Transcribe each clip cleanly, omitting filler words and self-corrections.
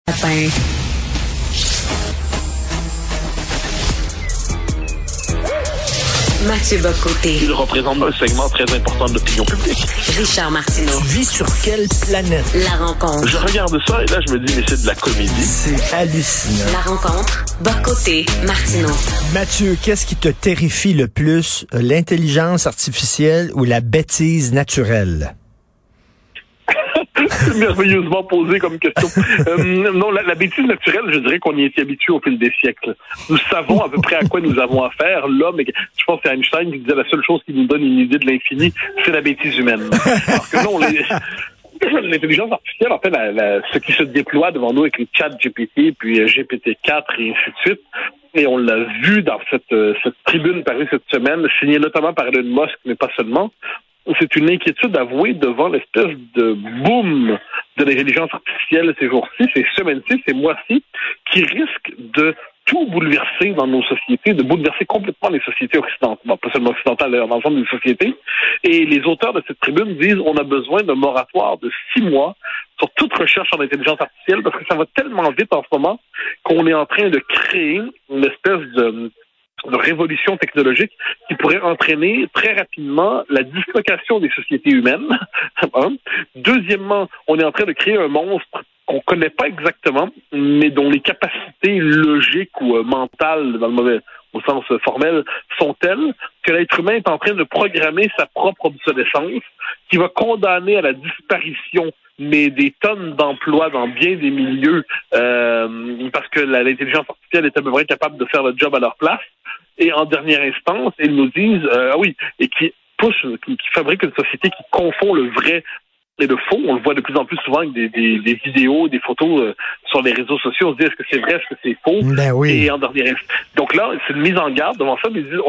Mathieu Bock-Côté. Il représente un segment très important de l'opinion publique. Richard Martineau. Tu vis sur quelle planète? La rencontre. Je regarde ça et là, je me dis, mais c'est de la comédie. C'est hallucinant. La rencontre. Bock-Côté. Martineau. Mathieu, qu'est-ce qui te terrifie le plus, l'intelligence artificielle ou la bêtise naturelle? C'est merveilleusement posé comme question. Non, la bêtise naturelle, je dirais qu'on y est habitué au fil des siècles. Nous savons à peu près à quoi nous avons affaire. L'homme, je pense que c'est Einstein qui disait la seule chose qui nous donne une idée de l'infini, c'est la bêtise humaine. Parce que non, l'intelligence artificielle, en fait, ce qui se déploie devant nous avec les chats GPT, puis GPT-4 et ainsi de suite, et on l'a vu dans cette tribune parue cette semaine, signée notamment par Elon Musk, mais pas seulement. C'est une inquiétude avouée devant l'espèce de boom de l'intelligence artificielle ces jours-ci, ces semaines-ci, ces mois-ci, qui risque de tout bouleverser dans nos sociétés, de bouleverser complètement les sociétés occidentales, bon, pas seulement occidentales, dans l'ensemble des sociétés. Et les auteurs de cette tribune disent on a besoin d'un moratoire de 6 mois sur toute recherche en intelligence artificielle parce que ça va tellement vite en ce moment qu'on est en train de créer une espèce de révolution technologique qui pourrait entraîner très rapidement la dislocation des sociétés humaines. Deuxièmement, on est en train de créer un monstre qu'on connaît pas exactement, mais dont les capacités logiques ou mentales, dans le mauvais, au sens formel, sont telles que l'être humain est en train de programmer sa propre obsolescence, qui va condamner à la disparition mais des tonnes d'emplois dans bien des milieux, parce que l'intelligence artificielle est à peu près capable de faire le job à leur place. Et en dernière instance, ils nous disent, et qui fabrique une société qui confond le vrai et le faux. On le voit de plus en plus souvent avec des vidéos, des photos sur les réseaux sociaux. On se dit, est-ce que c'est vrai, est-ce que c'est faux? Ben oui. Et en dernière instance. Donc là, c'est une mise en garde devant ça, mais ils disent,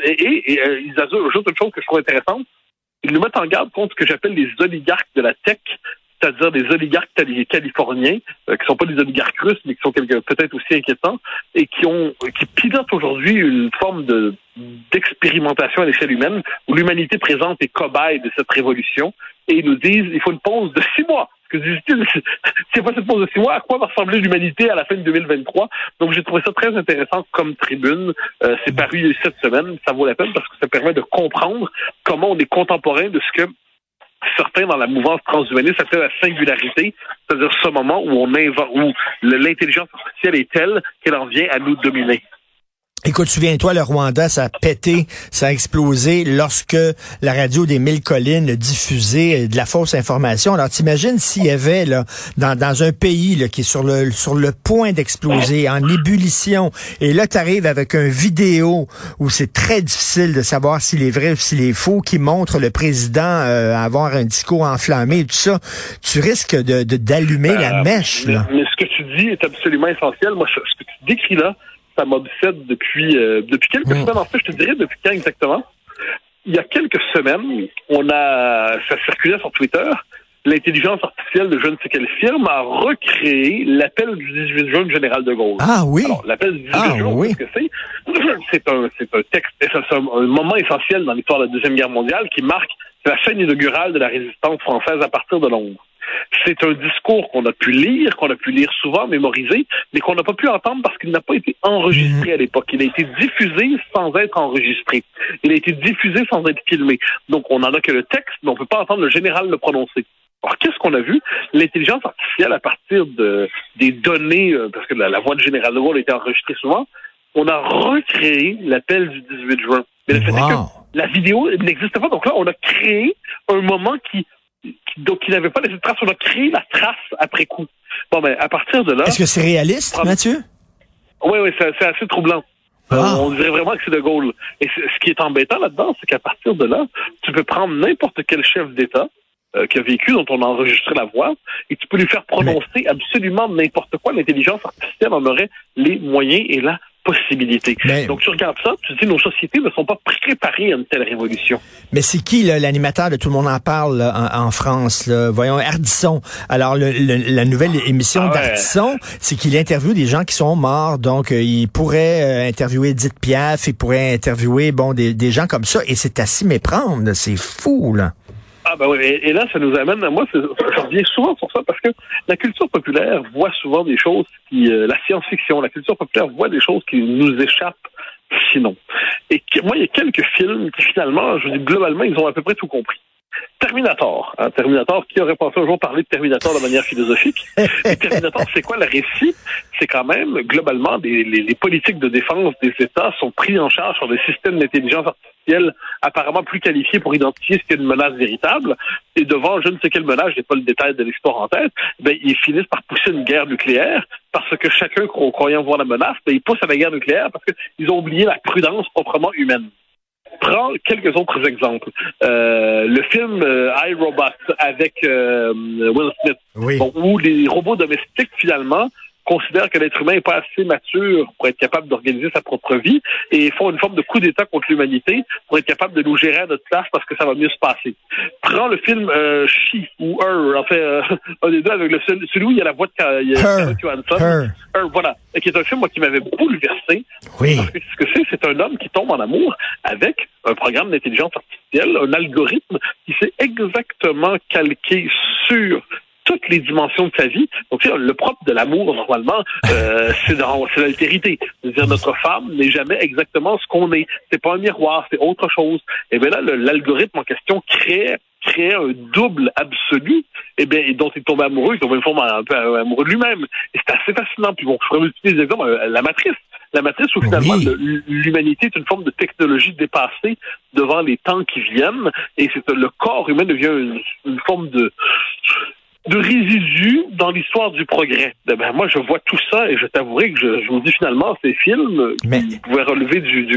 ils ajoutent une chose que je trouve intéressante. Ils nous mettent en garde contre ce que j'appelle les oligarques de la tech, c'est-à-dire des oligarques californiens, qui sont pas des oligarques russes, mais qui sont peut-être aussi inquiétants, et qui pilotent aujourd'hui une forme d'expérimentation à l'échelle humaine, où l'humanité présente est cobaye de cette révolution, et ils nous disent, il faut une pause de 6 mois. Parce que c'est pas cette pause de 6 mois, à quoi va ressembler l'humanité à la fin de 2023? Donc j'ai trouvé ça très intéressant comme tribune. C'est paru cette semaine, ça vaut la peine parce que ça permet de comprendre comment on est contemporain de ce que certains dans la mouvance transhumaniste appellent la singularité, c'est-à-dire ce moment où l'intelligence artificielle est telle qu'elle en vient à nous dominer. Écoute, souviens-toi, le Rwanda, ça a pété, ça a explosé lorsque la radio des Mille Collines diffusait de la fausse information. Alors, t'imagines s'il y avait, là, dans un pays, là, qui est sur le point d'exploser, en ébullition, et là, t'arrives avec une vidéo où c'est très difficile de savoir s'il est vrai ou s'il est faux, qui montre le président avoir un discours enflammé et tout ça. Tu risques d'allumer la mèche, là. Mais ce que tu dis est absolument essentiel. Moi, ce que tu décris là, ça m'obsède depuis quelques semaines. En fait, je te dirais depuis quand exactement. Il y a quelques semaines, ça circulait sur Twitter, l'intelligence artificielle de je ne sais quelle firme a recréé l'appel du 18 juin du général de Gaulle. Ah oui? Alors, l'appel du 18 juin, oui. qu'est-ce que c'est? C'est un texte, c'est un moment essentiel dans l'histoire de la Deuxième Guerre mondiale qui marque la scène inaugurale de la résistance française à partir de Londres. C'est un discours qu'on a pu lire souvent, mémoriser, mais qu'on n'a pas pu entendre parce qu'il n'a pas été enregistré à l'époque. Il a été diffusé sans être enregistré. Il a été diffusé sans être filmé. Donc, on n'en a que le texte, mais on ne peut pas entendre le général le prononcer. Alors, qu'est-ce qu'on a vu? L'intelligence artificielle, à partir des données, parce que la voix du général de Gaulle a été enregistrée souvent, on a recréé l'appel du 18 juin. Mais le fait est que la vidéo n'existe pas. Donc là, on a créé un moment donc il n'avait pas laissé de trace, on a créé la trace après coup. Bon, ben, à partir de là... Est-ce que c'est réaliste, Mathieu? Oui, c'est assez troublant. On dirait vraiment que c'est de Gaulle. Et ce qui est embêtant là-dedans, c'est qu'à partir de là, tu peux prendre n'importe quel chef d'État qui a vécu, dont on a enregistré la voix, et tu peux lui faire prononcer absolument n'importe quoi. L'intelligence artificielle en aurait les moyens et la possibilité. Donc tu regardes ça, tu te dis nos sociétés ne sont pas préparées à une telle révolution. Mais c'est qui l'animateur de Tout le monde en parle là, en France? Là? Voyons, Ardisson. Alors la nouvelle émission d'Ardisson, c'est qu'il interviewe des gens qui sont morts. Donc il pourrait interviewer Édith Piaf, il pourrait interviewer des gens comme ça. Et c'est à s'y méprendre. C'est fou, là. Ah ben oui, et là, ça nous amène, moi, je reviens souvent sur ça, parce que la culture populaire voit souvent des choses la science-fiction, la culture populaire voit des choses qui nous échappent sinon. Et moi, il y a quelques films qui, finalement, je dis globalement, ils ont à peu près tout compris. Terminator. Terminator, qui aurait pensé un jour parler de Terminator de manière philosophique? Et Terminator, c'est quoi le récit? C'est quand même, globalement, les politiques de défense des États sont pris en charge sur des systèmes d'intelligence artificielle apparemment plus qualifiés pour identifier ce qu'est une menace véritable. Et devant je ne sais quelle menace, j'ai pas le détail de l'histoire en tête, ils finissent par pousser une guerre nucléaire parce que chacun, croyant voir la menace, ils poussent à la guerre nucléaire parce qu'ils ont oublié la prudence proprement humaine. Prends quelques autres exemples. Le film iRobot avec Will Smith, oui. Où les robots domestiques, finalement, considèrent que l'être humain n'est pas assez mature pour être capable d'organiser sa propre vie et font une forme de coup d'État contre l'humanité pour être capable de nous gérer à notre place parce que ça va mieux se passer. Prends le film She ou Her, en fait, un des deux, avec celui où il y a la voix de Scarlett Johansson. Her, voilà. Qui est un film, moi, qui m'avait bouleversé. Oui. Parce que ce que c'est un homme qui tombe en amour avec un programme d'intelligence artificielle, un algorithme qui s'est exactement calqué sur toutes les dimensions de sa vie. Donc, tu sais, le propre de l'amour, normalement, c'est l'altérité. C'est-à-dire, notre femme n'est jamais exactement ce qu'on est. C'est pas un miroir, c'est autre chose. Et bien là, l'algorithme en question crée un double absolu, dont il tombe amoureux, il tombe une forme un peu amoureux de lui-même. Et c'est assez fascinant. Puis bon, je pourrais multiplier des exemples. La Matrice où finalement l'humanité est une forme de technologie dépassée devant les temps qui viennent, et le corps humain devient une forme de résidu dans l'histoire du progrès. Moi, je vois tout ça et je t'avouerai que je me dis finalement, ces films qui pouvaient relever du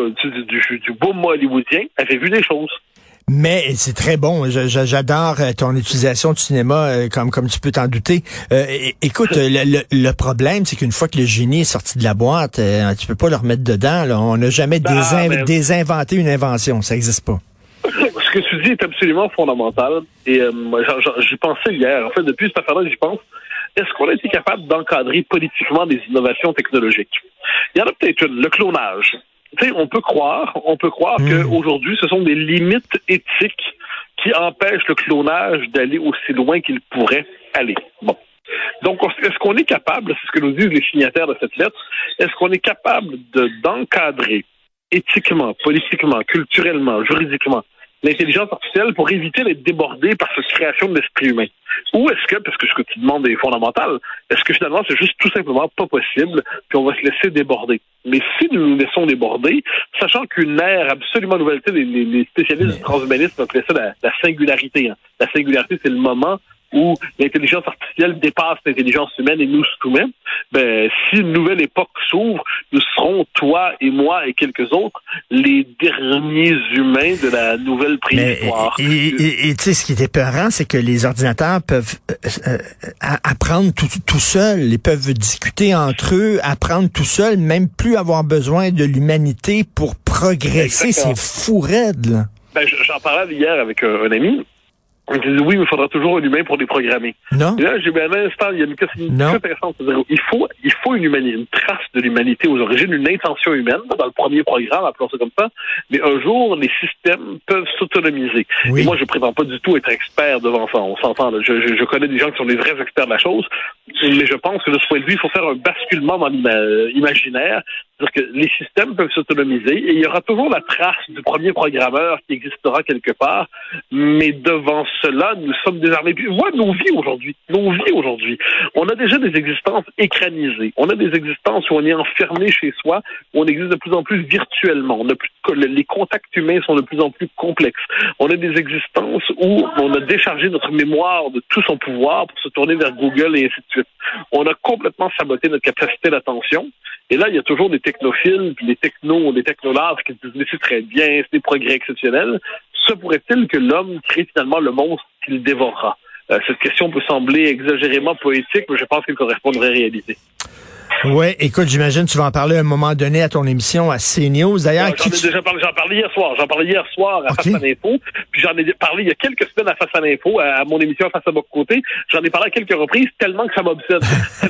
boom hollywoodien avaient vu des choses. Mais c'est très bon. J'adore ton utilisation du cinéma, comme tu peux t'en douter. Écoute, le problème, c'est qu'une fois que le génie est sorti de la boîte, tu peux pas le remettre dedans. Là. On n'a jamais désinventé une invention. Ça n'existe pas. Ce que tu dis est absolument fondamental. Et j'y pensais hier. En fait, depuis cette affaire-là, j'y pense. Est-ce qu'on a été capable d'encadrer politiquement des innovations technologiques? Il y en a peut-être une, le clonage. Tu sais, on peut croire qu'aujourd'hui, ce sont des limites éthiques qui empêchent le clonage d'aller aussi loin qu'il pourrait aller. Bon. Donc, est-ce qu'on est capable, c'est ce que nous disent les signataires de cette lettre, est-ce qu'on est capable d'encadrer éthiquement, politiquement, culturellement, juridiquement, l'intelligence artificielle pour éviter d'être débordée par cette création de l'esprit humain? Ou est-ce que, parce que ce que tu demandes est fondamental, est-ce que finalement c'est juste tout simplement pas possible, puis on va se laisser déborder? Mais si nous nous laissons déborder, sachant qu'une ère absolument nouvelle, les spécialistes du transhumanisme appelaient ça la singularité. Hein. La singularité, c'est le moment où l'intelligence artificielle dépasse l'intelligence humaine et nous soumet. Si une nouvelle époque s'ouvre, nous serons, toi et moi et quelques autres, les derniers humains de la nouvelle préhistoire. Et tu sais, ce qui est épeurant, c'est que les ordinateurs peuvent apprendre tout seuls. Ils peuvent discuter entre eux, apprendre tout seuls, même plus avoir besoin de l'humanité pour progresser. Exactement. C'est fou raide, là. J'en parlais hier avec un ami. On me disait, oui, mais il faudra toujours un humain pour les programmer. Non. Et là, j'ai dit, à l'instant, il y a une question intéressante. C'est-à-dire, il faut une trace de l'humanité aux origines, une intention humaine, dans le premier programme, appelons ça comme ça. Mais un jour, les systèmes peuvent s'autonomiser. Oui. Et moi, je prétends pas du tout être expert devant ça. On s'entend, là. Je connais des gens qui sont des vrais experts de la chose. Mais je pense que de ce point de vue, il faut faire un basculement dans l'imaginaire. C'est-à-dire que les systèmes peuvent s'autonomiser et il y aura toujours la trace du premier programmeur qui existera quelque part, mais devant cela, nous sommes désarmés. Puis, vois nos vies aujourd'hui. On a déjà des existences écranisées. On a des existences où on est enfermé chez soi, où on existe de plus en plus virtuellement. Les contacts humains sont de plus en plus complexes. On a des existences où on a déchargé notre mémoire de tout son pouvoir pour se tourner vers Google et ainsi de suite. On a complètement saboté notre capacité d'attention. Et là, il y a toujours des technophiles, puis des technolards qui disent « mais c'est très bien, c'est des progrès exceptionnels ». Se pourrait-il que l'homme crée finalement le monstre qu'il dévorera? Cette question peut sembler exagérément poétique, mais je pense qu'elle correspond à une vraie réalité. Oui, écoute, j'imagine que tu vas en parler à un moment donné à ton émission à CNews. D'ailleurs, j'en parlais hier soir. J'en parlais hier soir à Face à l'info. Puis j'en ai parlé il y a quelques semaines à Face à l'info, à mon émission Face à mon côté. J'en ai parlé à quelques reprises tellement que ça m'obsède.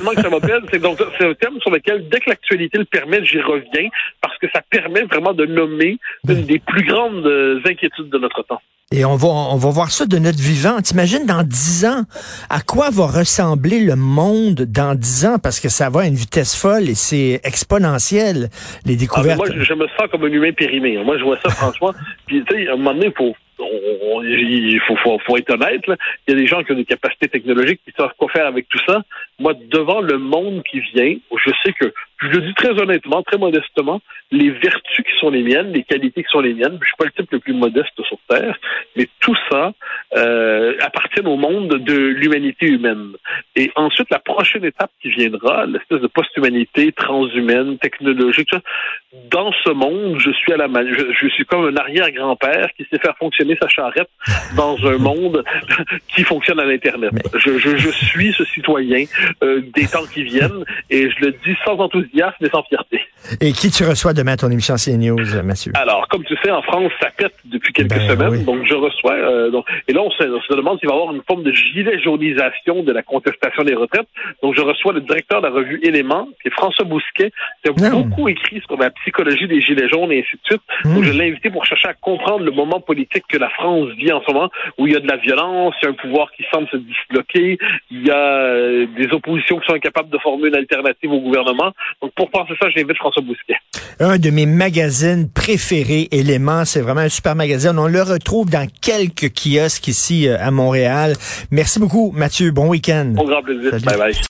C'est un thème sur lequel, dès que l'actualité le permet, j'y reviens parce que ça permet vraiment de nommer une des plus grandes inquiétudes de notre temps. Et on va voir ça de notre vivant. T'imagines dans 10 ans, à quoi va ressembler le monde dans 10 ans? Parce que ça va à une vitesse folle et c'est exponentiel, les découvertes. Moi, je me sens comme un humain périmé. Moi, je vois ça, franchement. Puis, tu sais, à un moment donné, il faut être honnête, là. Il y a des gens qui ont des capacités technologiques qui savent quoi faire avec tout ça. Moi, devant le monde qui vient, je sais que, je le dis très honnêtement, très modestement, les vertus qui sont les miennes, les qualités qui sont les miennes, je suis pas le type le plus modeste sur Terre, mais tout ça appartient au monde de l'humanité humaine. Et ensuite, la prochaine étape qui viendra, l'espèce de post-humanité transhumaine, technologique, ça, dans ce monde, je suis comme un arrière-grand-père qui sait faire fonctionner sa charrette dans un monde qui fonctionne à l'Internet. Je suis ce citoyen des temps qui viennent et je le dis sans enthousiasme et sans fierté. Et qui tu reçois demain à ton émission CNews, Mathieu? Alors, comme tu sais, en France, ça pète depuis quelques semaines, oui. Donc je reçois... et là, on se demande s'il va y avoir une forme de gilet jaunisation de la contestation des retraites. Donc je reçois le directeur de la revue Éléments, qui est François Bousquet, qui a beaucoup écrit sur la psychologie des gilets jaunes et ainsi de suite. Donc je l'ai invité pour chercher à comprendre le moment politique que la France vit en ce moment, où il y a de la violence, il y a un pouvoir qui semble se disloquer, il y a des oppositions qui sont incapables de former une alternative au gouvernement. Donc pour penser ça, j'invite François Bousquet. Un de mes magazines préférés, Éléments, c'est vraiment un super magazine. On le retrouve dans quelques kiosques ici à Montréal. Merci beaucoup, Mathieu. Bon week-end. Au grand plaisir. Salut. Bye bye.